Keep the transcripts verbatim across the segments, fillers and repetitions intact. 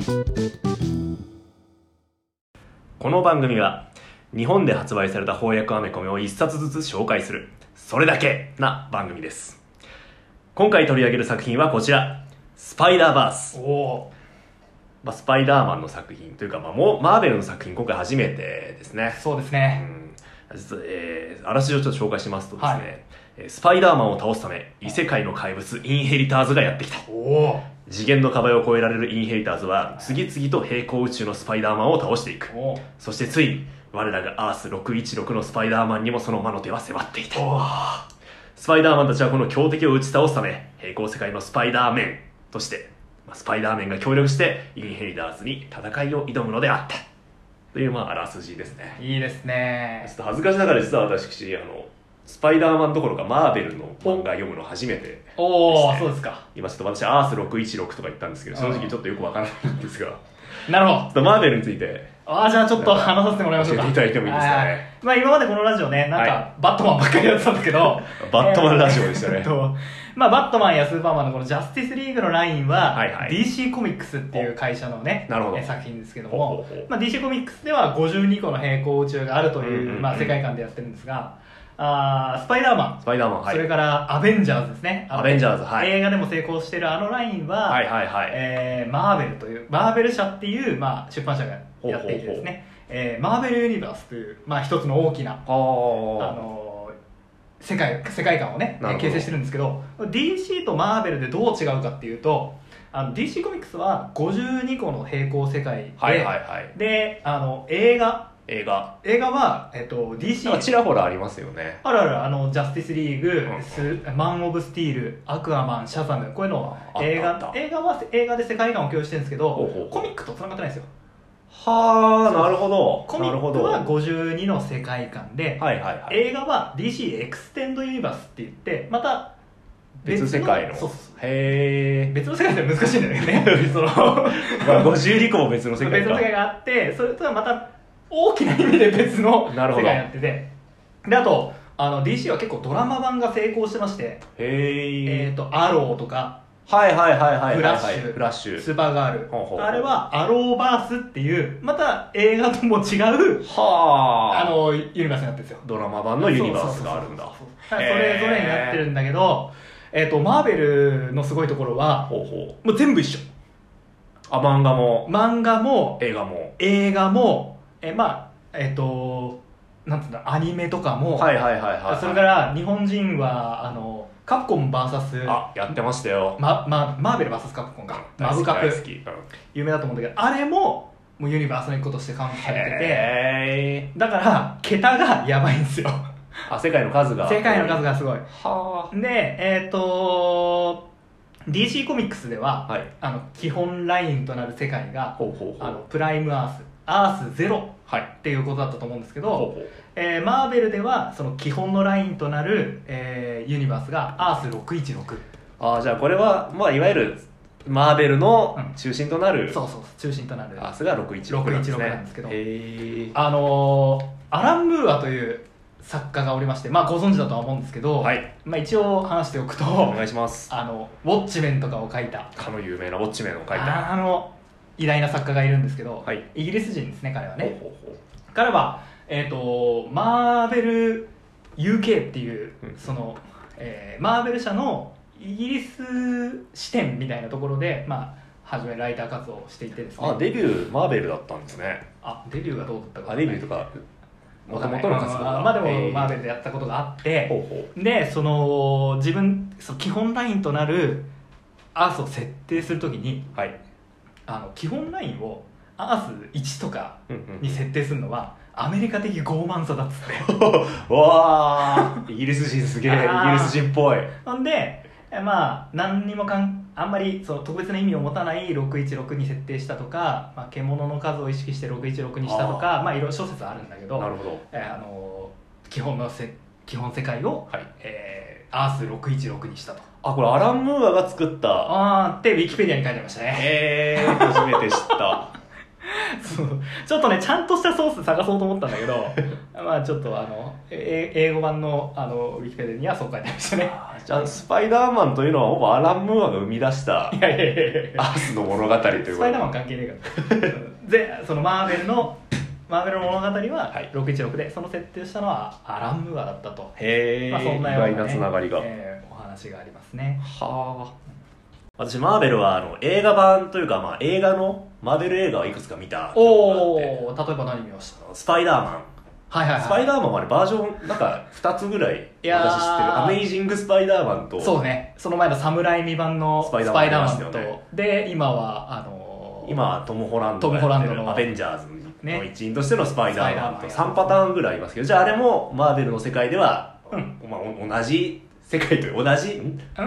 この番組は日本で発売された翻訳アメコミを一冊ずつ紹介する、それだけな番組です。今回取り上げる作品はこちら、スパイダーバース。 お、 まあ、スパイダーマンの作品というか、まあ、もうマーベルの作品今回初めてですね。 そうですね、 うん、実は、えー、あらすじをちょっと紹介しますとですね、はい、スパイダーマンを倒すため異世界の怪物インヘリターズがやってきた。 お、 次元の壁を越えられるインヘリターズは次々と平行宇宙のスパイダーマンを倒していく。そしてついに我らがアースろくいちろくのスパイダーマンにもその魔の手は迫っていた。スパイダーマンたちはこの強敵を打ち倒すため平行世界のスパイダーメンとしてスパイダーメンが協力してインヘリターズに戦いを挑むのであったという、まあ、あらすじですね。 いいですね。 ちょっと恥ずかしながら実は私あのスパイダーマンどころかマーベルの漫画読むの初めてです、ね、 おー、そうですか。 今ちょっと私アースろくいちろくとか言ったんですけど正直ちょっとよくわからないんですが、 なるほど。 ちょっとマーベルについてああ、じゃあちょっと話させてもらいましょうか。 教えていただいてもいいですかね。 まあ今までこのラジオね、なんか、はい、バットマンばっかりやってたんだけどバットマンラジオでしたね、 えー、まあバットマンやスーパーマンのこのジャスティスリーグのラインは、 はいはい、 ディーシー コミックスっていう会社のね作品ですけども、 ほうほうほう、 まあ、ディーシー コミックスではごじゅうにこの平行宇宙があるという、うんうんうん、まあ、世界観でやってるんですが、あスパイダーマン、 スパイダーマン、はい、 それからアベンジャーズですね。 アベンジャーズ、はい、 映画でも成功してるあのラインは、 はいはいはい、 えー、マーベルというマーベル社っていう、まあ、出版社がやっていてですね、ほうほうほう、えー、マーベルユニバースという、まあ、一つの大きなあの世界世界観をね形成してるんですけど、 ディーシー とマーベルでどう違うかっていうと、あの ディーシー コミックスはごじゅうにこの平行世界で、 はいはいはい、 であの映画映画映画は、えっと、ディーシーちらほらありますよね。 あるある、あのジャスティスリーグ、うん、スマン・オブ・スティール、アクアマン、シャザム、こういうの映画映画は映画で世界観を共有してるんですけど、ほうほうほう、コミックとつながってないんですよ。 はあ、なるほど。 コミックはごじゅうにの世界観で、 はいはいはい、 映画は ディーシー エクステンドユニバースって言ってまた別世界の、 そうそう、 へえ、 別の世界って難しいんだよねそのまあごじゅうにこも別の世界別の世界があって、それとはまた大きな意味で別の世界になってて、であとあの ディーシー は結構ドラマ版が成功してまして、へえーとアローとか、 はいはいはいはい、 フラッシュ、 フラッシュ、 スーパーガール、 ほうほうほう、 あれはアローバースっていうまた映画とも違う、 はあのユニバースになってるんですよ。 ドラマ版のユニバースがあるんだ。 それぞれになってるんだけど、えーとマーベルのすごいところは、ほうほう、もう全部一緒。 あ、漫画も漫画も映画も映画もえまあえっ、ー、となんつうんだ、アニメとかも、 はいはいはいはい、はい、 それから日本人はあのカプコン ブイエスあやってましたよ、 まま、マーベル ブイエス カプコンがマブカプ、うん、有名だと思うんだけど、あれももうユニバースの一個としてカウントされてて、だから桁がやばいんですよ。 あ、世界の数が世界の数がすごい。 はでえっ、ー、と ディーシー コミックスでは、はい、あの基本ラインとなる世界がほうほうほう、あのプライムアースアースゼロっていうことだったと思うんですけど、はい、えー、マーベルではその基本のラインとなる、えー、ユニバースがアースろくいちろく。 ああ、じゃあこれは、まあ、いわゆるマーベルの中心となる、うん、 そうそう中心となるアースがろくいちろくなんですね。 なんですけど、 へあのー、アラン・ムーアという作家がおりまして、まあご存知だとは思うんですけど、はい、まあ、一応話しておくと、 お願いします。 あのウォッチメンとかを書いた、 かの有名なウォッチメンを書いたあの偉大な作家がいるんですけど、はい、イギリス人ですね、彼はね。ほうほうほう、彼は、えーと、マーベル ユーケー っていう、うん、その、えー、マーベル社のイギリス支店みたいなところで、まあ、初めライター活動をしていてですね。 あ、デビューマーベルだったんですね。 あ、デビューがどうだったか、 あ、デビューとかもともとの活動が、 まあでもマーベルでやったことがあって、ほうほう、でその自分その基本ラインとなるアースを設定するときに、はい、あの基本ラインをアースいちとかに設定するのはアメリカ的傲慢さだっつってわー、イギリス人すげえ、イギリス人っぽい。 ほんでまあ何にもかんあんまりその特別な意味を持たないろくいちろくに設定したとか、まあ、獣の数を意識してろくいちろくにしたとか、あ、まあいろいろ諸説あるんだけど、 なるほど、 えー、あの基本のせ基本世界を、はい、えー、アースろくいちろくにしたと。 あ、これアラン・ムーアが作った。 あーってウィキペディアに書いてましたね。 へえー、初めて知った。 そうちょっとねちゃんとしたソース探そうと思ったんだけどまあちょっとあのえ英語版のあのウィキペディアにはそう書いてありましたね。 じゃあスパイダーマンというのはほぼアラン・ムーアが生み出したいやいやいやいやアースの物語ということでスパイダーマン関係ねえからでそのマーベルのマーベルの物語はろくいちろくで、その設定をしたのはアラン・ムーアだったと。 へえ、 まあ、そんなような、ね、 意外なつながりが、 えー、お話がありますね。 はあ。私マーベルはあの映画版というか、まあ、映画のマーベル映画をいくつか見た記憶があって、 おお、例えば何見ました？ スパイダーマン、 はいはいはい、 スパイダーマンはねバージョンなんかふたつぐらいいや私知ってる。アメイジングスパイダーマンと、 そうね、その前のサムライミ版のスパイダーマン、 スパイダーマンと、 で今はあのー、 今はトム・ホランドがやってるアベンジャーズの一員としてのスパイダーマンとさんパターンぐらいありますけど、じゃああれもマーベルの世界では、うんまあ、同じ世界という同じ、うんうん、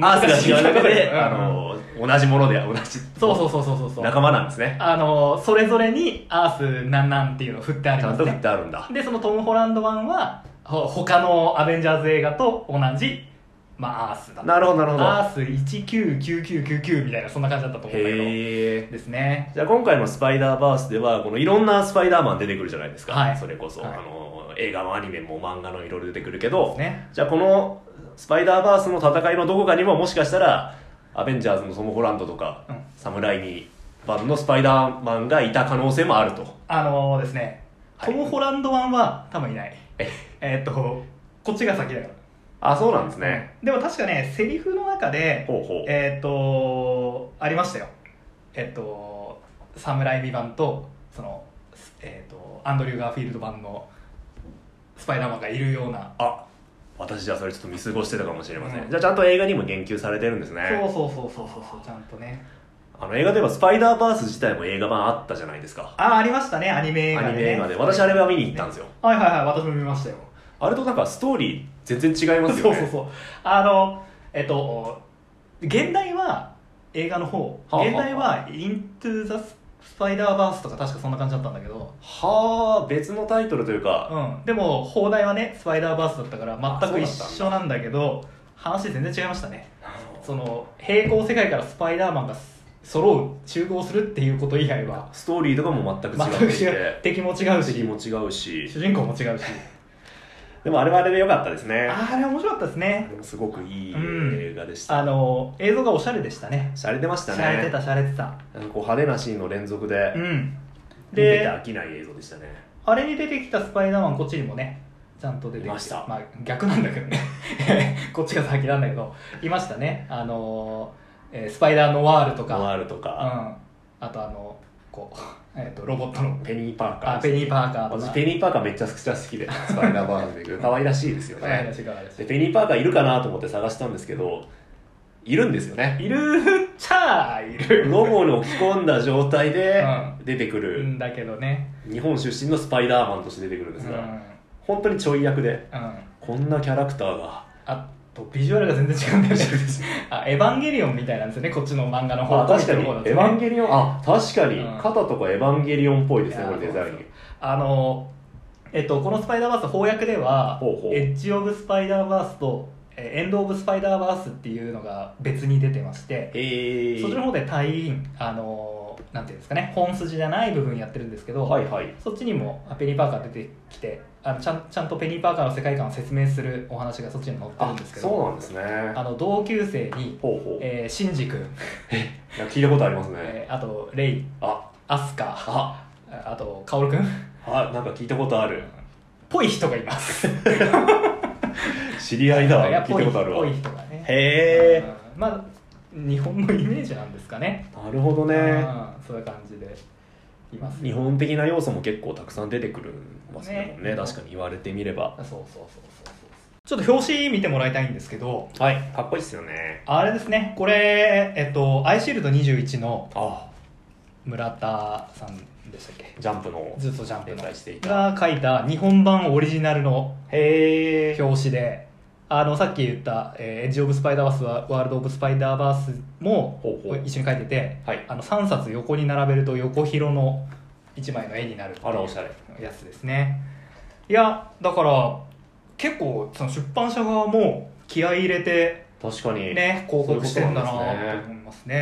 アースが違う中で、あの同じもので同じそうそうそうそうそう仲間なんですね。 あのそれぞれにアースなんなんっていうのを振ってありますね。 ちゃんと振ってあるんだ。 でそのトム・ホランド版はほ他のアベンジャーズ映画と同じ、まあ、アースだ。 なるほどなるほど。 アースいちきゅうきゅうきゅうきゅうきゅうみたいなそんな感じだったと思うんだけど。 へーですね。 じゃあ今回のスパイダーバースではこのいろんなスパイダーマン出てくるじゃないですか、 はい、 それこそ、 はい、 あの映画もアニメも漫画のいろいろ出てくるけど、 ね、 じゃあこのスパイダーバースの戦いのどこかにももしかしたらアベンジャーズのトム・ホランドとか、うん、サムライミ版のスパイダーマンがいた可能性もあると。 あのー、ですね、はい、トム・ホランド版は多分いない。ええー、っとこっちが先だから。 あ、そうなんですね。 でも確かねセリフの中でほうほうえー、っとありましたよ。えー、っとサムライミ版とその、えー、っとアンドリュー・ガーフィールド版のスパイダーマンがいるような。 あ、私じゃあそれちょっと見過ごしてたかもしれません、うん、じゃあちゃんと映画にも言及されてるんですね。 そうそうそうそうそうちゃんとね。 あの映画ではスパイダーバース自体も映画版あったじゃないですか。 ああ、ありましたね、アニメ映画で、ね、 アニメ映画で私あれは見に行ったんですよ、ね、 はいはいはい、私も見ましたよ。 あれとなんかストーリー全然違いますよね。 そうそうそう、あのえっと現代は映画の方、はあはあ、現代はイントゥザスパイダーバースとか確かそんな感じだったんだけど、 はあ、別のタイトルというか、 うん、でも放題はねスパイダーバースだったから全く一緒なんだけど話全然違いましたね。その平行世界からスパイダーマンが揃う集合するっていうこと以外はストーリーとかも全く違っていて、 全く違う、敵も違うし敵も違うし主人公も違うしでもあれはあれで良かったですね。 あれ面白かったですね。 あれもすごくいい映画でした、 うん、あの映像がおしゃれでしたね。 しゃれてましたね。 しゃれてたしゃれてた。 こう派手なシーンの連続で、うん、 で見てて飽きない映像でしたね。 あれに出てきたスパイダーマンこっちにもねちゃんと出てきていました。 まあ逆なんだけどねこっちが先なんだけどいましたね。あの、えー、スパイダーノワールとかノワールとか、 うん、あとあのこうえー、とロボットのペニーパーカー。 あペニーパーカーとか。 私ペニーパーカーめっちゃくちゃ好きでスパイダーバースで可愛らしいですよね。 可愛らしい可愛らしい。 でペニーパーカーいるかなと思って探したんですけどいるんですよね。 いるっちゃいる。 ロボに置き込んだ状態で出てくる、 うん、だけどね日本出身のスパイダーマンとして出てくるんですが、うん、本当にちょい役で、うん、こんなキャラクターがあとビジュアルが全然違うんだよねあエヴァンゲリオンみたいなんですよねこっちの漫画の方。 あ確かにエヴァンゲリオン、あ確かに、うん、肩とかエヴァンゲリオンっぽいですねこれデザイン。 あのえっとこのスパイダーバース翻訳ではほうほうエッジ・オブ・スパイダーバースとエンド・オブ・スパイダーバースっていうのが別に出てまして、 えー、 そっちの方で対インあのなんていうんですかね本筋じゃない部分やってるんですけど、 はいはい、 そっちにもペニー・パーカー出てきてあのちゃん、ちゃんとペニー・パーカーの世界観を説明するお話がそっちに載ってるんですけど、 そうなんですね。 あの同級生にほうほう、 えー、シンジ君聞いたことありますね、 えー、あとレイ、 あアスカ、 ああとカオル君あなんか聞いたことあるぽい人がいます知り合いだわ聞いたことあるわ。 ぽい人がね。 へえ、 うん、まあ日本のイメージなんですかね。 なるほどね、うん、 そういう感じでいます、 日本的な要素も結構たくさん出てくるますね、ね、確かに言われてみれば。 そうそうそうそうそう。ちょっと表紙見てもらいたいんですけど、 はい、かっこいいですよね。 あれですね、これえっとアイシールドにじゅういちの村田さんでしたっけ、 ジャンプのずっとジャンプのしていたが書いた日本版オリジナルの表紙で、あのさっき言った「エッジ・オブ・スパイダーバース」ワールド・オブ・スパイダーバースも一緒に書いてて、 はい、 あのさんさつ横に並べると横広のいちまいの絵になるっていうやつですね。いやだから結構その出版社側も気合い入れて確かにね広告してんだなと思いますね。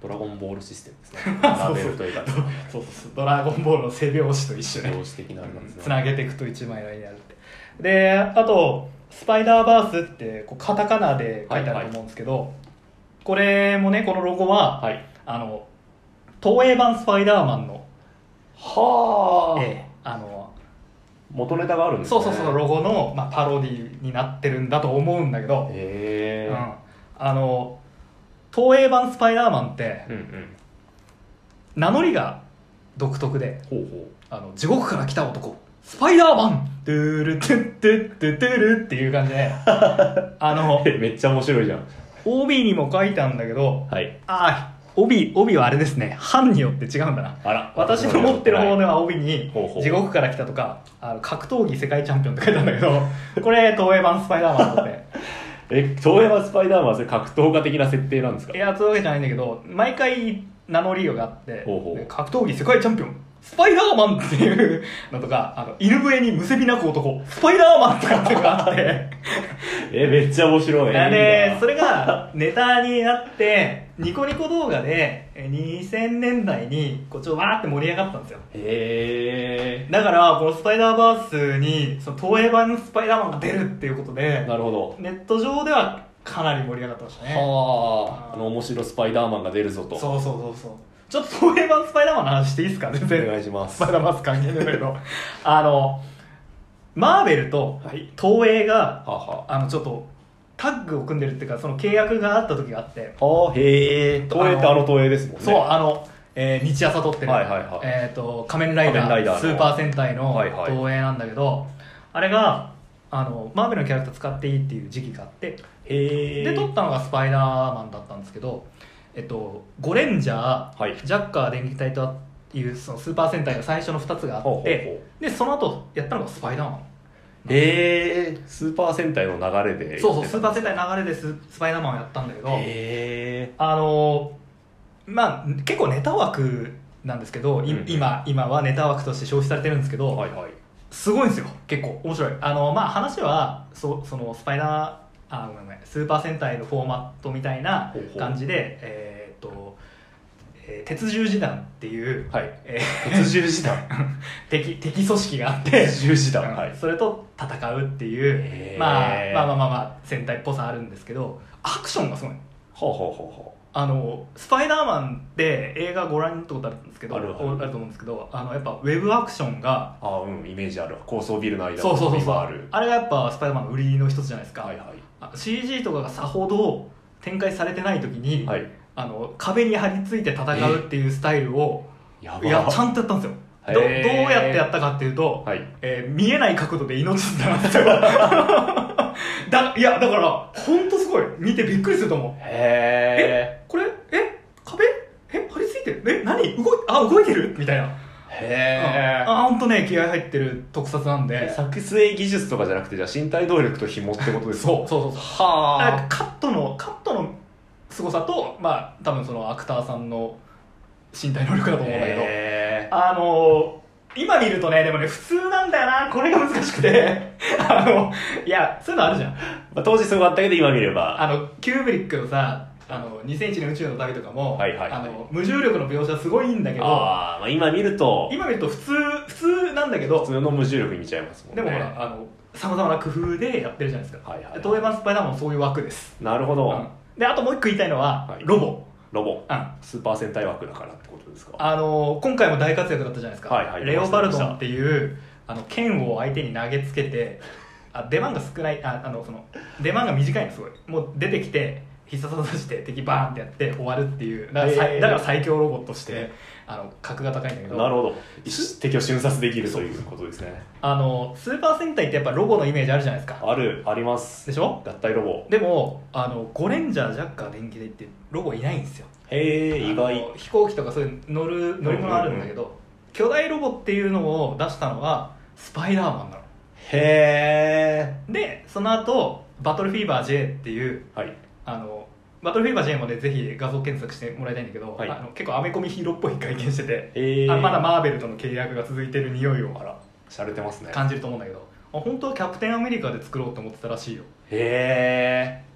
ドラゴンボールシステムですねラベルというかそうそうそうドラゴンボールの背拍子と一緒ね背拍子的なあれなんですねつなげていくと一枚の絵になるってであとスパイダーバースってこうカタカナで書いてあると思うんですけど、はいはい、これもねこのロゴは、はい、あの東映版スパイダーマンのはあ、 ええ、あの元ネタがあるんですねそうそうそうロゴの、まあ、パロディになってるんだと思うんだけどへえ、うん、あの東映版スパイダーマンって、うんうん、名乗りが独特でほうほうあの地獄から来た男スパイダーマントゥルトゥットゥットゥトゥルっていう感じであのめっちゃ面白いじゃん帯にも書いたんだけど、はい、ああ帯, 帯はあれですね版によって違うんだなあら私の持ってる方では帯に地獄から来たとかあの格闘技世界チャンピオンって書いてあるんだけどこれ東映版スパイダーマンだってえ東映版スパイダーマンはそれ格闘家的な設定なんですかいやそういうわけじゃないんだけど毎回名乗りがあってほうほう格闘技世界チャンピオンスパイダーマンっていうのとかあの犬笛にむせび泣く男スパイダーマンとかっていうのがあってえめっちゃ面白いでそれがネタになってニコニコ動画でにせんねんだいにこうちょっとわーって盛り上がったんですよへーだからこのスパイダーバースにその東映版のスパイダーマンが出るっていうことでなるほどネット上ではかなり盛り上がってましたねはああの面白スパイダーマンが出るぞとそうそうそうそうちょっと東映版スパイダーマンの話していいですか全然お願いしますスパイダーマン関係ないんだけどあのマーベルと東映が、はい、あのちょっとタッグを組んでるっていうかその契約があった時があってはあへえ東映ってあの東映ですもんねそうあの、えー、日朝撮ってる、はいはいはいえー、と仮面ライダーダースーパー戦隊の東映なんだけど、はいはい、あれがあのマーベルのキャラクター使っていいっていう時期があってへで撮ったのがスパイダーマンだったんですけどえっと、ゴレンジャー、はい、ジャッカー電気隊というそのスーパー戦隊の最初のふたつがあってほうほうほうでその後やったのがスパイダーマンへえスーパー戦隊の流れでそうそうスーパー戦隊の流れで ス, スパイダーマンをやったんだけどへあのまあ結構ネタ枠なんですけど、うん、今, 今はネタ枠として消費されてるんですけど、はいはい、すごいんですよ結構面白いあの、まあ、話は そ, そのスパイダーあごめんごめんスーパー戦隊のフォーマットみたいな感じでほうほう、えーっとえー、鉄十字団っていう、はいえー、鉄十字団敵, 敵組織があって鉄十字団、はい、 それと戦うっていう、まあ、まあまあまあまあ戦隊っぽさあるんですけどアクションがすごいほうほうほうほうあのスパイダーマンって映画ご覧になったことあるんですけどあるあるあると思うんですけどあのやっぱウェブアクションがあうんイメージある高層ビルの間そうそうそうそうあるあれがやっぱスパイダーマンの売りの一つじゃないですか、はいはい、シージー とかがさほど展開されてない時に、はい、あの壁に張り付いて戦うっていうスタイルを、えー、やちゃんとやったんですよど, どうやってやったかっていうと、はいえー、見えない角度で命つながっただいやだから本当すごい見てびっくりすると思うへえこれえ壁え張り付いてるえ何動いあ動いてるみたいなへえあ本当ね気合入ってる特撮なんで作成技術とかじゃなくてじゃあ身体能力と紐ってことですかそうそうそうそうはあカットのカットの凄さとまあ多分そのアクターさんの身体能力だと思うんだけどあの今見るとねでもね普通なんだよなこれが難しくてあのいやそういうのあるじゃん、 まあ、当時すごかったけど今見ればあのキューブリックのさあのにせんいちねん宇宙の旅とかも、はいはいはい、あの無重力の描写すごいんだけどあ、まあ、今見ると今見ると普通普通なんだけど普通の無重力に見ちゃいますもんねでもほらあのさまざまな工夫でやってるじゃないですか、はいはいはい、東映版スパイダーマンもそういう枠ですなるほど、うん、 であともう一個言いたいのは、はい、ロボロボ、うん、スーパー戦隊枠だからってことですかあの今回も大活躍だったじゃないですか、はいはい、レオパルドンっていうあの剣を相手に投げつけてあ出番が少ないああのその出番が短いのすごいもう出てきて必殺技して敵バーンってやって終わるっていうだから、えー、だから最強ロボットしてあの格が高いんだけどなるほど敵を瞬殺できるということですねあのスーパー戦隊ってやっぱロボのイメージあるじゃないですかあるありますでしょ合体ロボでもあのゴレンジャージャッカー電気でってロボいないんですよへえ意外飛行機とかそういう乗る乗り物あるんだけど、うんうんうん、巨大ロボっていうのを出したのはスパイダーマンなのへえでその後バトルフィーバー J っていう、はい、あのバトルフィーバー J もねぜひ画像検索してもらいたいんだけど、はい、あの結構アメコミヒーローっぽい外見してて、えー、あまだマーベルとの契約が続いてる匂いをしゃれてますね感じると思うんだけどあ本当はキャプテンアメリカで作ろうと思ってたらしいよへえ、 うん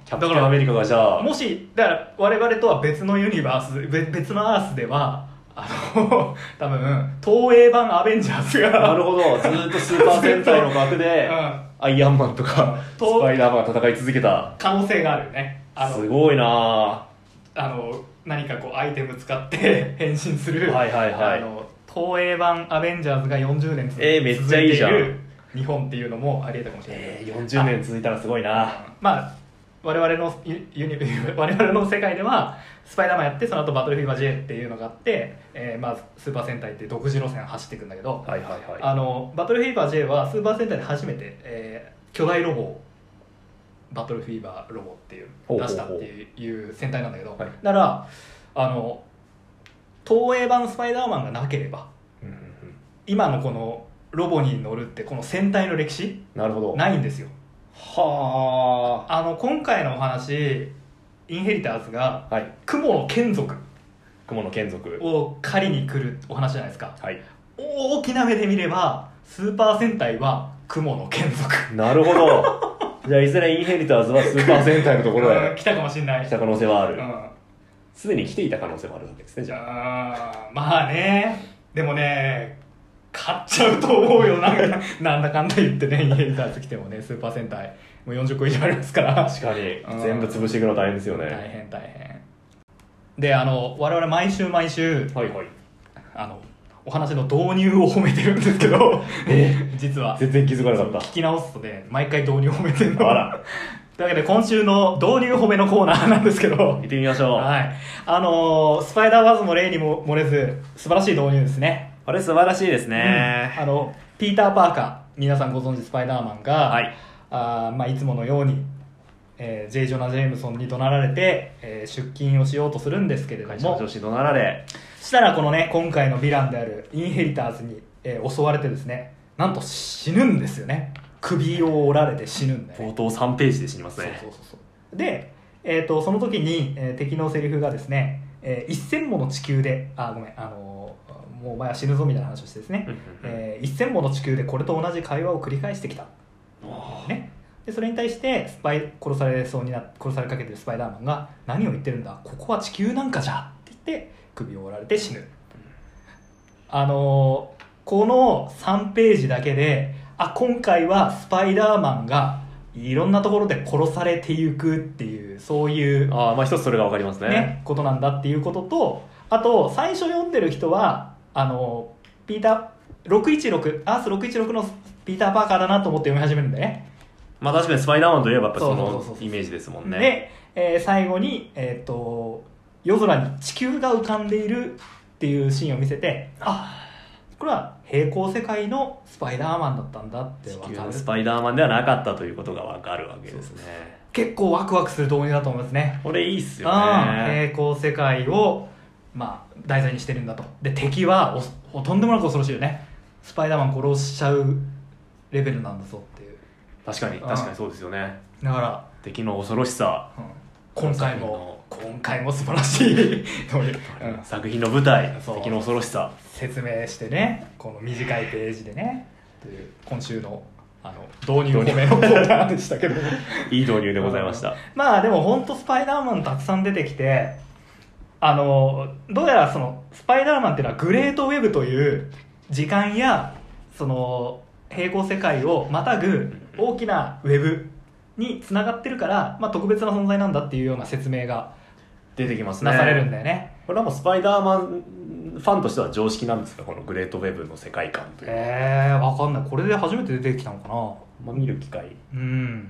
キャプテンアメリカがじゃあもしだから我々とは別のユニバースべ別のアースではあの多分東映版アベンジャーズがなるほどずっとスーパー戦隊の枠で、うん、アイアンマンとかスパイダーマンが戦い続けた可能性があるよね。あのすごいなあの何かこうアイテム使って変身する、 はいはいはい、 あの東映版アベンジャーズがよんじゅうねん続いている、 えー、めっちゃいいじゃん日本っていうのもありえたかもしれない、 えー、よんじゅうねん続いたらすごいな。 まあ我々のユユニ我々の世界ではスパイダーマンやってその後バトルフィーバー J っていうのがあって、えーまあ、スーパー戦隊って独自路線走っていくんだけど、 はいはいはい、 あのバトルフィーバー J はスーパー戦隊で初めて、えー、巨大ロボをバトルフィーバーロボっていう出したっていう戦隊なんだけど、はい、だからあの東映版スパイダーマンがなければ、うんうんうん、今のこのロボに乗るってこの戦隊の歴史なるほどないんですよ。はあ。あの今回のお話インヘリターズが、はい、雲の眷属雲の眷属を狩りに来るお話じゃないですか、 はい、 大きな目で見ればスーパー戦隊は雲の眷属。 なるほどじゃあいずれインヘリターズはスーパー戦隊のところへ来たかもしれない。 来た可能性はある。すで、 うん、 に来ていた可能性もあるわけですね。じゃああまあね。でもね買っちゃうと思うよなんかなんだかんだ言ってねインヘリターズ来てもねスーパー戦隊もうよんじゅっこ以上ありますから確かに、うん、全部潰していくの大変ですよね。 大変大変であの我々毎週毎週、 はいはい、 あのお話の導入を褒めてるんですけどえ実は全然気づかなかった。 聞き直すとね毎回導入褒めてるの。あらというわけで今週の導入褒めのコーナーなんですけど行ってみましょう。 はい、あのー、スパイダーバーズも例にも漏れず素晴らしい導入ですね。 あれ素晴らしいですね、 うん、あのピーター・パーカー皆さんご存知スパイダーマンが、はいあまあ、いつものように、えー、J. ジョナ・ジェームソンに怒鳴られて、えー、出勤をしようとするんですけれども、 会社の上司怒鳴られしたらこのね今回のヴィランであるインヘリターズに、えー、襲われてですねなんと死ぬんですよね。首を折られて死ぬんだよね。 冒頭さんページで死にますね。 そうそうそうそうで、えー、とその時に、えー、敵のセリフがですね、えー、せんもの地球であごめんあのーもうお前は死ぬぞみたいな話をしてですね、えー、せんもの地球でこれと同じ会話を繰り返してきた、ね、でそれに対してスパイ殺されそうにな殺されかけてるスパイダーマンが何を言ってるんだここは地球なんかじゃって言って首を折られて死ぬ。あのー、このさんページだけであ今回はスパイダーマンがいろんなところで殺されていくっていうそういうあ、まあ、一つそれが分かります ね, ねことなんだっていうこととあと最初読んでる人はあのピーターろくいちろくアースろくいちろくのピーター・パーカーだなと思って読み始めるんだよね。 まあ確かにスパイダーマンといえばやっぱそのイメージですもんね。 で、えー、最後に、えー、と夜空に地球が浮かんでいるっていうシーンを見せてあこれは平行世界のスパイダーマンだったんだって分かる。 地球のスパイダーマンではなかったということが分かるわけですね。 結構ワクワクする導入だと思いますね。 これいいっすよね。 平行世界をまあ、題材にしてるんだと。で敵はおとんでもなく恐ろしいよね。スパイダーマン殺しちゃうレベルなんだぞっていう。 確かに確かにそうですよね。 だから敵の恐ろしさ、 うん、今回も今回も素晴らしい、うん、 作品の舞台敵の恐ろしさ説明してねこの短いページでねという今週のあの導入褒めのコーナーでしたけどいい導入でございました、うん、 まあでも本当スパイダーマンたくさん出てきてあのどうやらそのスパイダーマンっていうのはグレートウェブという時間やその平行世界をまたぐ大きなウェブに繋がってるから、まあ、特別な存在なんだっていうような説明が出てきますね。 なされるんだよね。 これはもうスパイダーマンファンとしては常識なんですかこのグレートウェブの世界観という。 えー、わかんない。これで初めて出てきたのかな。 まあ、見る機会、 うん、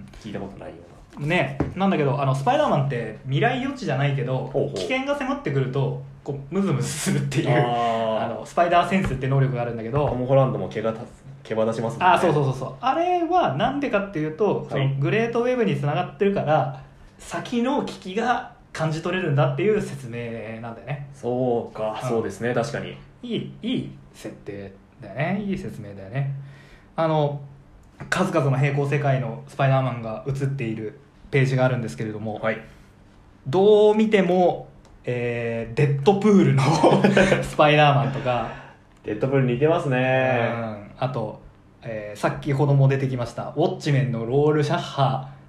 聞いたことないようなね。なんだけどあのスパイダーマンって未来予知じゃないけどほうほう危険が迫ってくるとこうムズムズするっていうああのスパイダーセンスって能力があるんだけどトム・ホランドも毛が立つ毛羽立ちますもんね。 あそうそうそうそうあれはなんでかっていうと、はい、そのグレートウェブにつながってるから先の危機が感じ取れるんだっていう説明なんだよね。 そうか、うん、そうですね。確かにいいいい設定だよね。いい説明だよね。あの数々の平行世界のスパイダーマンが映っているページがあるんですけれども、 はい、 どう見ても、えー、デッドプールのスパイダーマンとかデッドプール似てますね。 うんあと、えー、さっきほども出てきましたウォッチメンのロール・シャッハ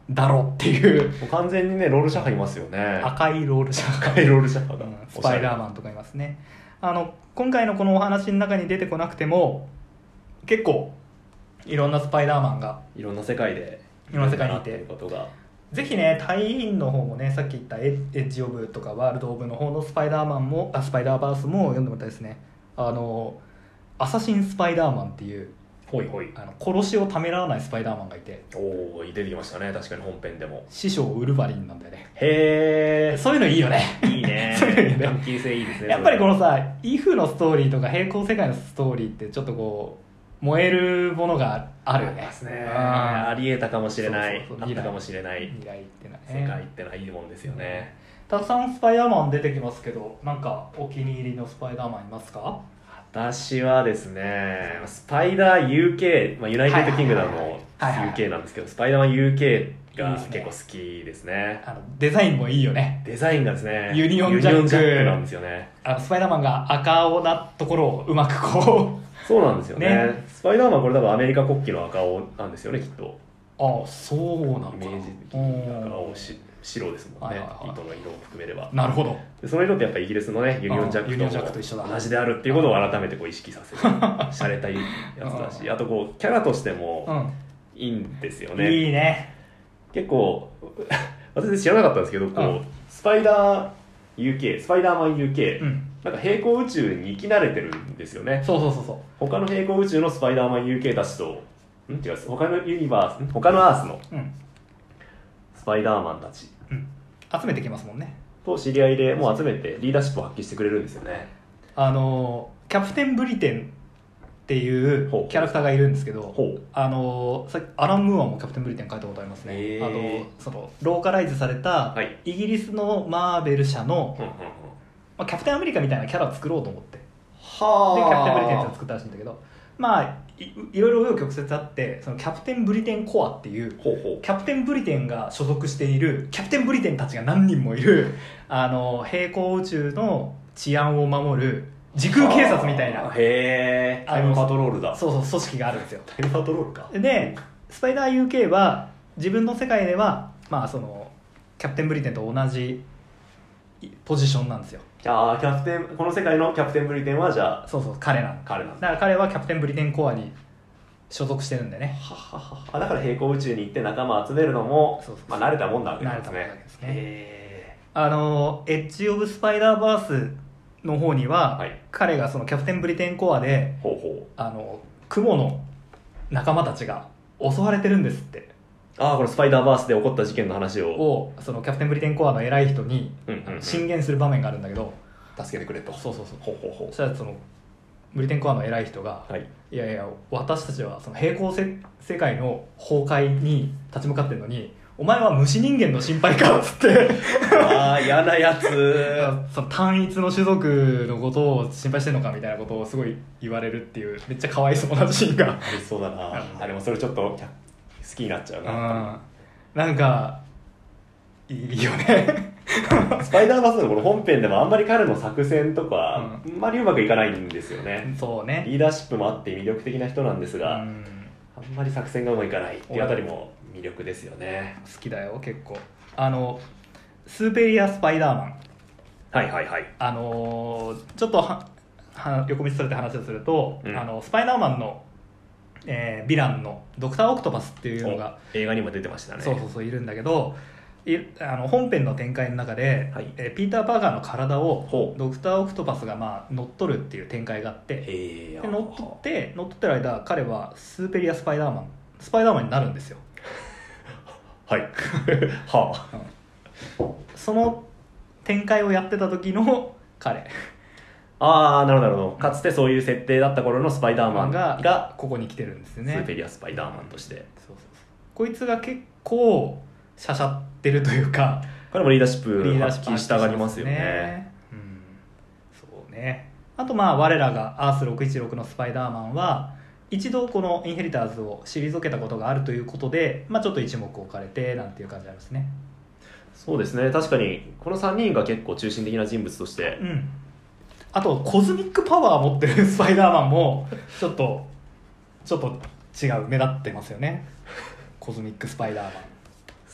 だろっていうもう完全にねロールシャッハいますよね。 赤いロールシャッハ、 赤いロールシャッハが、 うん、スパイダーマンとかいますね。あの今回のこのお話の中に出てこなくても結構いろんなスパイダーマンがいろんな世界でいろんな世界にいてるっていうことが、 ぜひね、タイインの方もね、さっき言ったエッジオブとかワールドオブの方のスパイダーマンもあスパイダーバースも読んでもらいたいですね。あのアサシンスパイダーマンっていうほいほい、 あの殺しをためらわないスパイダーマンがいて、 おお出てきましたね、確かに本編でも。 師匠ウルヴァリンなんだよね。 へえ、 そういうのいいよね。 いいね。 そういうのいいね。 関係性いいですね。 やっぱりこのさ、イフのストーリーとか平行世界のストーリーってちょっとこう燃えるものがあるよね。 ですね。ありえたかもしれない、 そうそうそう、 あったかもしれない未来ってのはね、 世界ってのはいいもんですよね。 たくさんスパイダーマン出てきますけど、なんかお気に入りのスパイダーマンいますか？ 私はですね、スパイダー ユーケー、まあ、ユナイテッドキングダムの ユーケー なんですけど、スパイダーマン ユーケー が結構好きですね。 あのデザインもいいよね。 デザインがですね、 ユニオンジャックジャックなんですよね。 あのスパイダーマンが赤青なところをうまくこうそうなんですよね。 ね、 スパイダーマンこれ多分アメリカ国旗の赤青なんですよね、きっと。 ああ、そうなのかな。 イメージ的に赤青し白ですもんね、 はいはいはい、 糸の色を含めれば。 なるほど。 でその色ってやっぱりイギリスのねユニオンジャックとも同じであるっていうことを改めてこう意識させる洒落たやつだし、あとこうキャラとしてもいいんですよね、 うん、いいね。 結構私知らなかったんですけど、こう、うん、スパイダー ユーケー スパイダーマン ユーケー、うん、なんか平行宇宙に生き慣れてるんですよね。 そうそうそうそう。 他の平行宇宙のスパイダーマン ユーケー たちとん違う他のユニバース他のアースのスパイダーマンたち、 うん、集めてきますもんね。 と知り合いでもう集めてリーダーシップを発揮してくれるんですよね。 あのキャプテンブリテンっていうキャラクターがいるんですけど、あのさアラン・ムーアもキャプテンブリテン書いたことありますね。あのそのローカライズされたイギリスのマーベル社の、はい、まあ、キャプテンアメリカみたいなキャラを作ろうと思って、はでキャプテンブリテンってのを作ったらしいんだけど、まあ い, いろいろ紆余曲折あって、そのキャプテンブリテンコアっていうほうほうキャプテンブリテンが所属しているキャプテンブリテンたちが何人もいるあの平行宇宙の治安を守る時空警察みたいな、 へータイムパトロールだ。 そうそう組織があるんですよ。 タイムパトロールか。 でスパイダー ユーケー は自分の世界ではまあそのキャプテンブリテンと同じポジションなんですよ。 ああキャプテンこの世界のキャプテンブリテンはじゃあそうそう彼なん彼なんだから彼はキャプテンブリテンコアに所属してるんでね。 はははあだから平行宇宙に行って仲間を集めるのもそうそうそう、まあ、慣れたもんなわけですね。 慣れたもんなわけですね。へあのエッジ・オブ・スパイダーバースの方には、はい、彼がそのキャプテンブリテンコアでほうほうあの雲の仲間たちが襲われてるんですって。 ああこのスパイダーバースで起こった事件の話ををそのキャプテンブリテンコアの偉い人に進言する場面があるんだけど、 助けてくれと。 そうそうそう。 ほうほうほう。 そしたらそのブリテンコアの偉い人が、はい、いやいや私たちはその平行せ世界の崩壊に立ち向かってるのにお前は虫人間の心配かっつってああ嫌なやつその単一の種族のことを心配してるのかみたいなことをすごい言われるっていうめっちゃかわいそうなシーンがありそうだな。あでもそれちょっと好きになっちゃうな。 うんなんかいいよねスパイダーバースのこの本編でもあんまり彼の作戦とか、うん、あんまりうまくいかないんですよね。 そうね。 リーダーシップもあって魅力的な人なんですが、うん、あんまり作戦がうまくいかないっていうあたりも魅力ですよね。 好きだよ結構。あのスーペリアスパイダーマン、 はいはいはい、 あのー、ちょっとはは横道それて話をすると、うん、あのスパイダーマンの、えー、ヴィランのドクター・オクトパスっていうのが映画にも出てましたね。 そうそうそういるんだけど、いあの本編の展開の中で、はいえー、ピーター・パーカーの体をドクター・オクトパスが、まあ、乗っ取るっていう展開があって、で乗っ取って乗っ取ってる間彼はスーペリアスパイダーマンスパイダーマンになるんですよはいはあ、 うん、その展開をやってた時の彼ああなるほどなるほど。かつてそういう設定だった頃のスパイダーマンががここに来てるんですよね。 スーペリアスパイダーマンとして、うん、そうそうそうこいつが結構しゃしゃってるというか彼もリーダーシップ発揮したがりますよね。 うん、そうね。あとまあ我らがアースろくいちろくのスパイダーマンは一度このインヘリターズを退けたことがあるということで、まあ、ちょっと一目置かれてなんていう感じなんですね。 そうですね確かにこのさんにんが結構中心的な人物として、 うん、あとコズミックパワー持ってるスパイダーマンもちょっとちょっと違う目立ってますよねコズミックスパイダーマン。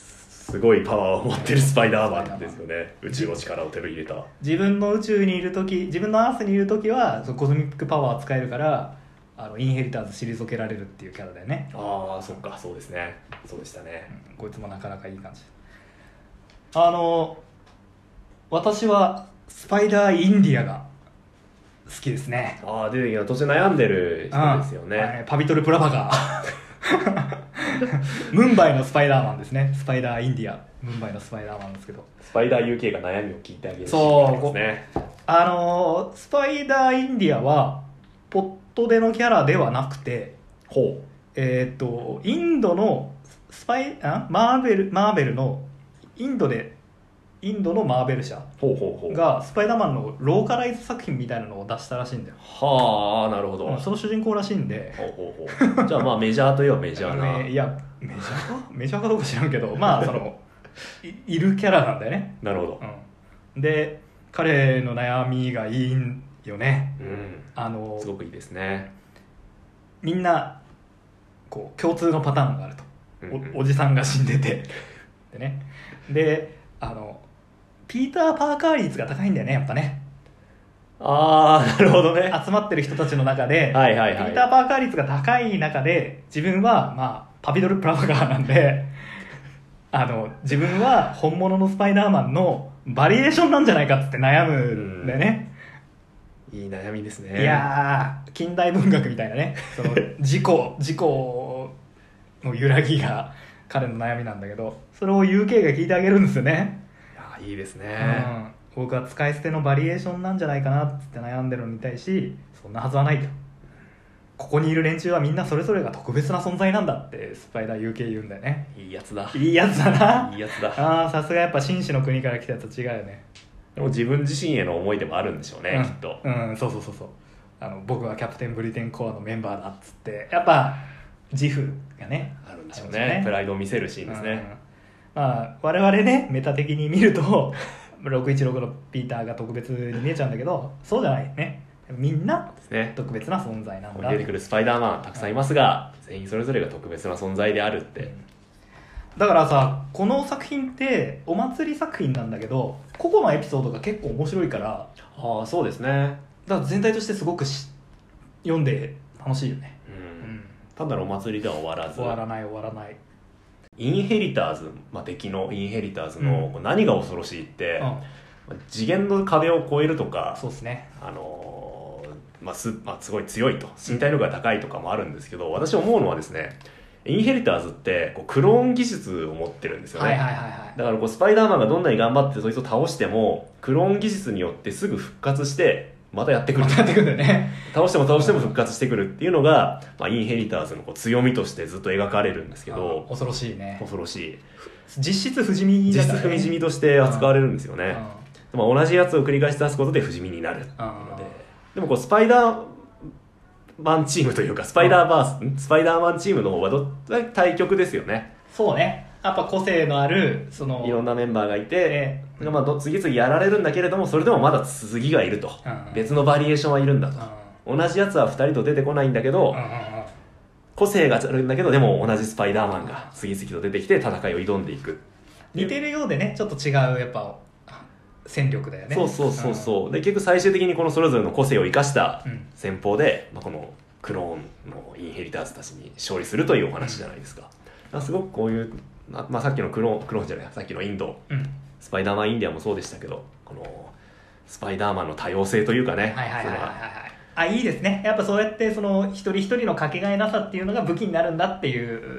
すごいパワーを持ってるスパイダーマンですよね。宇宙の力を手に入れた。 自分の宇宙にいる時、自分のアースにいる時はそのコズミックパワー使えるから、あのインヘリターズ退けられるっていうキャラだよね。 ああ、そっか、そうですね。そうでしたね、 うん、こいつもなかなかいい感じ。あの私はスパイダーインディアが好きですね。 ああ、出てきた。途中悩んでる人ですよね、 うん、パビトル・プラバガームンバイのスパイダーマンですね。スパイダーインディア、ムンバイのスパイダーマンですけど、 スパイダー ユーケー が悩みを聞いてあげるシーそうンですね。 あのスパイダーインディアはポットでのキャラではなくて、 ほう、 えっ、ー、とインドのスパイあマーベルマーベルのインドでインドのマーベル社ほうほうほうがスパイダーマンのローカライズ作品みたいなのを出したらしいんだよ。 はあ、なるほど、 うん、その主人公らしいんで。 ほうほうほうじゃあまあメジャーといえばメジャーないやメジャーかメジャーかどうか知らんけど、まあその い, いるキャラなんだよね。 なるほど、 うん、で彼の悩みがいいんよね、 うん、 あのすごくいいですね。 みんなこう共通のパターンがあると、 うんうん、 お, おじさんが死んでてでね、であのピーター・パーカー率が高いんだよね、やっぱね。 ああ、なるほどね。 集まってる人たちの中で、 はいはいはい、 ピーター・パーカー率が高い中で自分は、まあ、パビドル・プラバガーなんであの自分は本物のスパイダーマンのバリエーションなんじゃないかっつって悩むんだよね。 いい悩みですね。 いやー、近代文学みたいなね、その自己自己の揺らぎが彼の悩みなんだけど、それを ユーケー が聞いてあげるんですよね。 いや、いいですね、 うん、僕は使い捨てのバリエーションなんじゃないかなって悩んでるのに対し、そんなはずはないと、ここにいる連中はみんなそれぞれが特別な存在なんだってスパイダー ユーケー 言うんだよね。 いいやつだ、 いいやつだな。 いいやつだ。 ああ、さすがやっぱ紳士の国から来たやつと違うよね。 でも自分自身への思いでもあるんでしょうね、 うん、 きっと。 うん、そうそうそうそう、あの僕はキャプテンブリテンコアのメンバーだっつってやっぱ自負がねあるんでしょうね。プライドを見せるシーンですね、 うん、まあ我々ねメタ的に見るとろくいちろくのピーターが特別に見えちゃうんだけど、そうじゃないね、みんな特別な存在なんだ。 ここに出てくるスパイダーマンたくさんいますが、うん、全員それぞれが特別な存在であるって、うん、 だからさ、この作品ってお祭り作品なんだけど、個々のエピソードが結構面白いから、 ああ、そうですね。 だから全体としてすごくし読んで楽しいよね、 うんうん、単なるお祭りでは終わらず、 終わらない終わらない。 インヘリターズ、まあ、敵のインヘリターズの何が恐ろしいって、うん、次元の壁を越えるとか、 そうですね、 あのーまあ す, まあ、すごい強いと、身体力が高いとかもあるんですけど、私思うのはですね、インヘリターズってこうクローン技術を持ってるんですよね、 はいはいはいはい、 だからこうスパイダーマンがどんなに頑張ってそいつを倒してもクローン技術によってすぐ復活してまたやってくる、 またやってくるんだよね。 倒しても倒しても復活してくるっていうのが、まあ、インヘリターズのこう強みとしてずっと描かれるんですけど、 恐ろしいね、 恐ろしい、 実質不死身だから、ね、 実質不死身として扱われるんですよね、まあ、同じやつを繰り返し出すことで不死身になるので、でもこうスパイダーマンチームというかスパイダーバーススパイダーマンチームの方はど対極ですよね。 そうね、やっぱ個性のあるそのいろんなメンバーがいて、えーまあ、次々やられるんだけれども、それでもまだ次がいると、うん、別のバリエーションはいるんだと、うん、同じやつはふたりと出てこないんだけど、うんうんうん、個性があるんだけどでも同じスパイダーマンが次々と出てきて戦いを挑んでいく。 似てるようでね、ちょっと違うやっぱ戦力だよね。 そうそうそうそう、うん、で結局最終的にこのそれぞれの個性を生かした戦法で、うん、まあ、このクローンのインヘリターズたちに勝利するというお話じゃないですか、うん、すごくこういう、まあ、さっきのクローンクローンじゃないさっきのインド、うん、スパイダーマンインディアもそうでしたけど、このスパイダーマンの多様性というかね、 はいはいはいはい、はい、あ、いいですね。やっぱそうやってその一人一人のかけがえなさっていうのが武器になるんだっていう、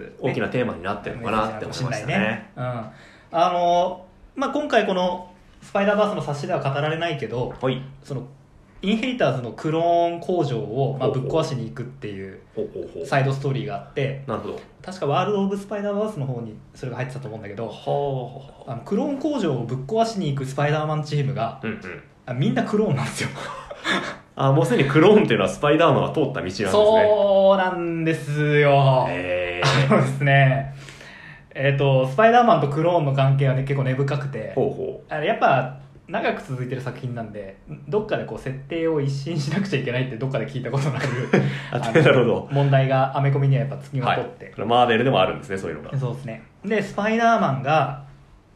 ね、 大きなテーマになってるのかなって思いましたね。 ね、うん、あのまあ、今回このスパイダーバースの冊子では語られないけど、はい、そのインヘリターズのクローン工場をまあぶっ壊しに行くっていうサイドストーリーがあって、 なるほど、 確かワールド・オブ・スパイダーバースの方にそれが入ってたと思うんだけど、はあのクローン工場をぶっ壊しに行くスパイダーマンチームが、うんうん、みんなクローンなんですよあ、もうすでにクローンっていうのはスパイダーマンが通った道なんですね。 そうなんですよ。へー、そうですね、えーと、スパイダーマンとクローンの関係は、ね、結構根深くて、ほうほう、あれやっぱ長く続いてる作品なんで、どっかでこう設定を一新しなくちゃいけないってどっかで聞いたことのあるあなるほど、 問題がアメコミにはやっぱ付きまとって、 はい、マーベルでもあるんですね、そういうのが。 そうですね。でスパイダーマンが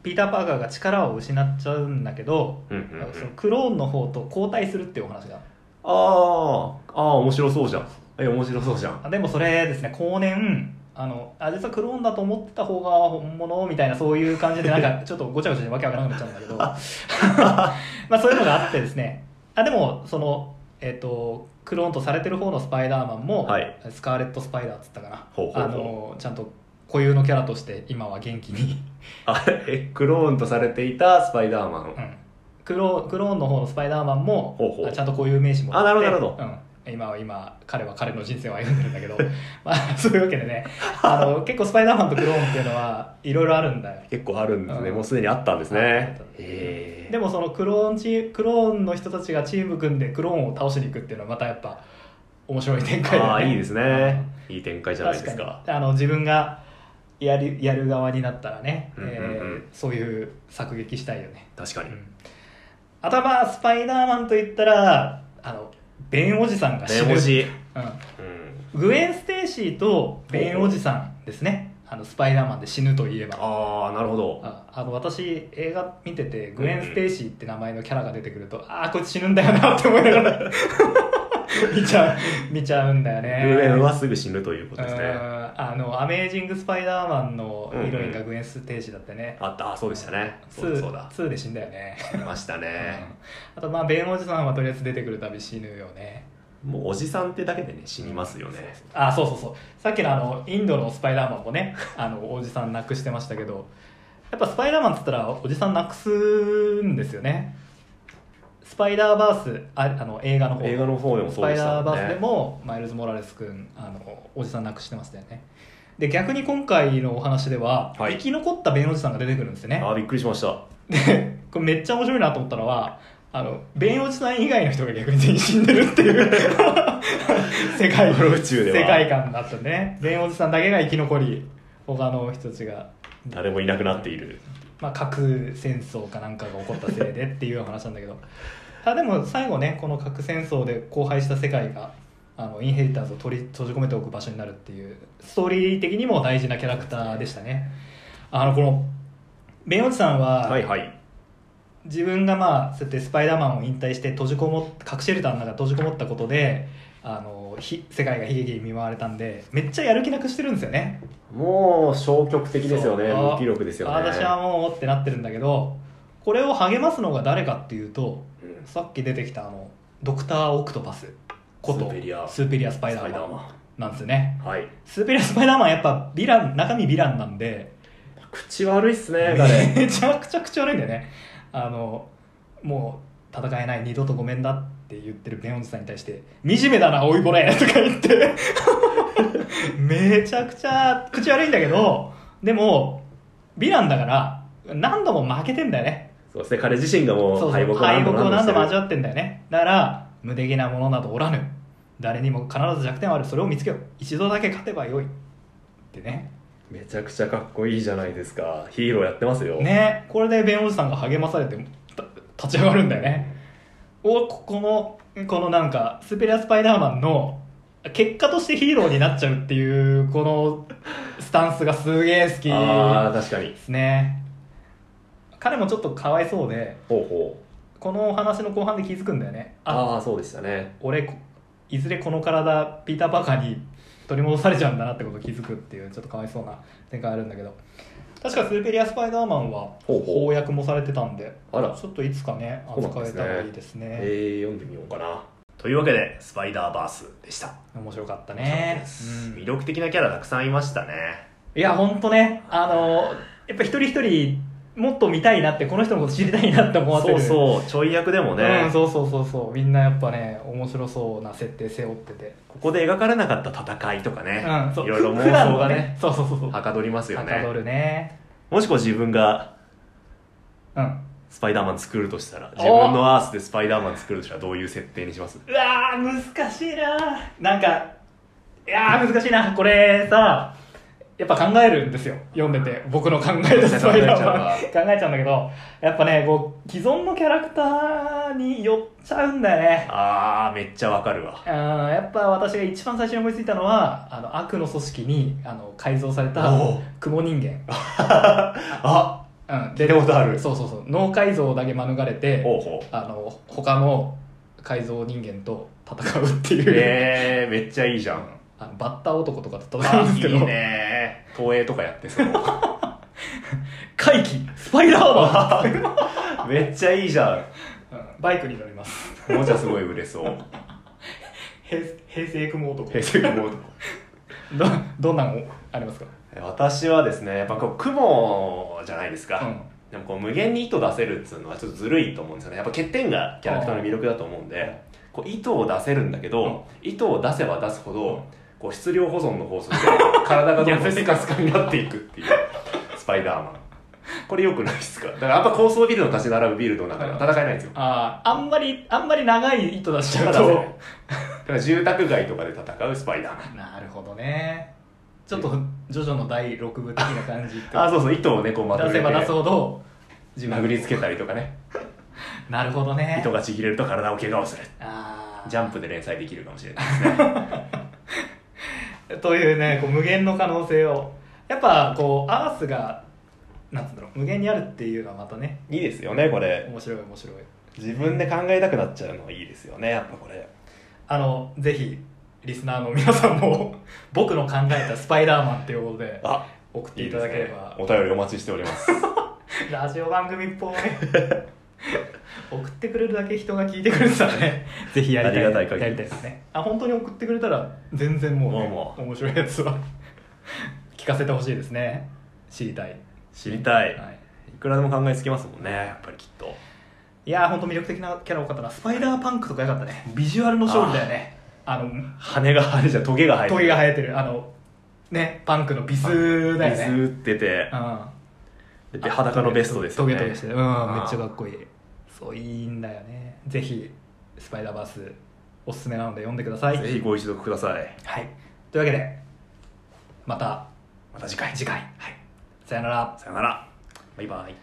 ピーター・パーカーが力を失っちゃうんだけど、 うんうんうん、 そのクローンの方と交代するっていうお話があーあー面白そうじゃん。え面白そうじゃん。 でもそれですね後年あのあ実はクローンだと思ってた方が本物みたいなそういう感じでなんかちょっとごちゃごちゃしてわけわからなくなっちゃうんだけどまあそういうのがあってですねあでもそのえっ、ー、とクローンとされてる方のスパイダーマンも、はい、スカーレット・スパイダーっつったかなほうほうほうあのちゃんと固有のキャラとして今は元気にあれクローンとされていたスパイダーマン、うん、 クロクローンの方のスパイダーマンもほうほうちゃんと固有名詞もあってあなるほどなるほど、 うん今は今彼は彼の人生を歩んでるんだけどまあそういうわけでねあの結構スパイダーマンとクローンっていうのはいろいろあるんだよ。 結構あるんですね、うん、もうすでにあったんですね。 へでもそのクローンチクローンの人たちがチーム組んでクローンを倒しに行くっていうのはまたやっぱ面白い展開だよね。 ああいいですね、うん、いい展開じゃないですか。 確かにあの自分がやる、やる側になったらね、 うんうんうん、 えー、そういう作劇したいよね。 確かに、うん、 あとはまあスパイダーマンといったらあのベンおじさんが死ぬ。 ベンおじ、 うんうん、グエン・ステイシーとベンおじさんですね。あのスパイダーマンで死ぬといえば。 ああなるほど。 ああの私映画見ててグエン・ステイシーって名前のキャラが出てくると、うんうん、ああこいつ死ぬんだよなって思いながら見ちゃう見ちゃうんだよね。 グエンはすぐ死ぬということですね。 あのアメージング・スパイダーマンのヒロインがグエン・ステイシーだってね、 うんうん、あったあそうでしたね。 そうだそうだツーで死んだよね。 いましたね、 うん、あとまあベンおじさんはとりあえず出てくるたび死ぬよね。 もうおじさんってだけでね死にますよね、うん、 そうそうあそうそうそうさっきのあのインドのスパイダーマンもねあのおじさん亡くしてましたけどやっぱスパイダーマンっつったらおじさん亡くすんですよね。スパイダーバース あ, あの映画の方映画の方でもそうでしたもんね。 スパイダーバースでもマイルズ・モラレス君あのおじさん亡くしてましたよね。で逆に今回のお話では、はい、生き残ったベンおじさんが出てくるんですよね。 あびっくりしました。 でこれめっちゃ面白いなと思ったのはあのベンおじさん以外の人が逆に全員死んでるっていう世界宇宙では世界観だったね。ベンおじさんだけが生き残り他の人たちが誰もいなくなっている、 まあ、核戦争かなんかが起こったせいでっていう話なんだけどあでも最後ねこの核戦争で荒廃した世界があのインヘリターズを取り閉じ込めておく場所になるっていうストーリー的にも大事なキャラクターでしたね。あのこのベンおじさんは、 はいはい、 自分がまあそうやってスパイダーマンを引退して閉じこもっ核シェルターの中閉じこもったことであのひ世界が悲劇に見舞われたんでめっちゃやる気なくしてるんですよね。 もう消極的ですよね。無気力ですよね。 私はもうってなってるんだけどこれを励ますのが誰かっていうと、うん、さっき出てきたあのドクター・オクトパスことスーペリア、スーペリアスパイダーマンなんですよね、 はい、 スーペリアスパイダーマンやっぱヴィラン中身ヴィランなんで口悪いっすね彼めちゃくちゃ口悪いんだよね。あのもう戦えない二度とごめんだって言ってるベンおじさんに対して惨めだな老いぼれとか言ってめちゃくちゃ口悪いんだけどでもヴィランだから何度も負けてんだよね。 そうですね彼自身がもう敗北を何度も何度も味わってんだよね。だから無敵なものなどおらぬ誰にも必ず弱点はあるそれを見つけよう一度だけ勝てばよいってね。 めちゃくちゃかっこいいじゃないですか。ヒーローやってますよね。これでベンおじさんが励まされて立ち上がるんだよね。おこのこのなんかスーペリアスパイダーマンの結果としてヒーローになっちゃうっていうこのスタンスがすげえ好きあ確かにですね。彼もちょっとかわいそうでほうほうこの話の後半で気づくんだよね。 ああそうでしたね。 俺いずれこの体ピーター・パーカーに取り戻されちゃうんだなってことを気づくっていうちょっとかわいそうな展開あるんだけど確かスーペリアスパイダーマンは翻訳もされてたんであらちょっといつかね扱えたらいいですね。 えー、読んでみようかな。というわけでスパイダーバースでした。 面白かったね、 うん、魅力的なキャラたくさんいましたね。 いやほんとねあのやっぱ一人一人もっと見たいなってこの人のこと知りたいなって思わせるそうそうちょい役でもね、 うん、そうそうそうそうみんなやっぱね面白そうな設定背負っててここで描かれなかった戦いとかね、 うん、そういろいろ妄想がね、 ねそうそうそうそうはかどりますよね。 はかどるね。 もしこ自分がうんスパイダーマン作るとしたら自分のアースでスパイダーマン作るとしたらどういう設定にします？ うわー難しいな。なんかいやー難しいなこれさやっぱ考えるんですよ読んでて僕の考えたスパイダーマン考えちゃうんだけどやっぱねこう既存のキャラクターに寄っちゃうんだよね。 あーめっちゃわかるわ。 あやっぱ私が一番最初に思いついたのはあの悪の組織にあの改造された雲人間あうん、 聞いたことある。 そうそうそう、脳改造だけ免れて、 ほうほう。 あの他の改造人間と戦うっていう、 えー、めっちゃいいじゃん。 あのバッター男とかと戦うんですけど、 いいね。東映とかやってそう怪奇スパイダーマンめっちゃいいじゃん。 うん、バイクに乗ります。 おもちゃすごい売れそう。 平平成雲男。 平成雲男。 どどんなのありますか？ 私はですね、やっぱこう雲じゃないですか、 うん、 でもこう無限に糸出せるっていうのはちょっとずるいと思うんですよね。やっぱ欠点がキャラクターの魅力だと思うんで、こう糸を出せるんだけど、うん、糸を出せば出すほど、うん、こう質量保存の法則で体がどんどんスカスカになっていくっていうスパイダーマン。これ良くないですか？だからやっぱ高層ビルの立ち並ぶビルの中では戦えないんですよ。 ああ、あんまりあんまり長い糸出しちゃうとだから住宅街とかで戦うスパイダーマン。 なるほどね。ちょっとジョジョのだいろく部的な感じあ、そうそう、糸をねこうまとめて出せば出すほど殴りつけたりとかね。 なるほどね。 糸がちぎれると体を怪我をする。 あ、 ジャンプで連載できるかもしれないですね。 というね、こう無限の可能性をやっぱこうアースがなんつうんだろう、無限にあるっていうのはまたね、 いいですよね。これ面白い面白い。 自分で考えたくなっちゃうのはいいですよね。やっぱこれあのぜひリスナーの皆さんも僕の考えたスパイダーマンっていうことで送っていただければ、いいですね、 お便りお待ちしておりますラジオ番組っぽい送ってくれるだけ人が聞いてくれてたらねぜひやりたい、 ありがたい限りやりたいですね。あ、本当に送ってくれたら全然もう、ね、もうもう面白いやつは聞かせてほしいですね。知りたい知りたい、 はい、 いくらでも考えつきますもんね、やっぱりきっと。 いやー、本当魅力的なキャラ多かったな。スパイダーパンクとかよかったね。ビジュアルの勝利だよね。あの羽が生えじゃトゲが生えてる、 トゲが生えてる、あのね、パンクのビスだよね。 ビスってて、うん、で裸のベストですよね。 トゲトゲしてる、うん、めっちゃかっこいい。そういいんだよね。ぜひスパイダーバースおすすめなので読んでください。 ぜひご一読ください。 はい、というわけでまたまた次回次回、はい、さよなら。 さよなら、バイバイ。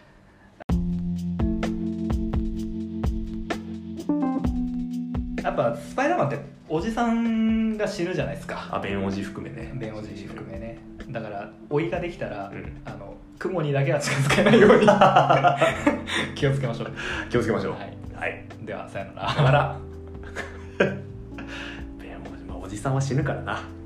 やっぱスパイダーマンっておじさんが死ぬじゃないですか。 あ、ベンおじ含めね。 ベンおじ含めね。だから老いができたら、 うん、あの雲にだけは近づけないように気をつけましょう。 気をつけましょう。はい。 はい、ではさよなら。 さよなら。ベンおじ、まあ、おじさんは死ぬからな。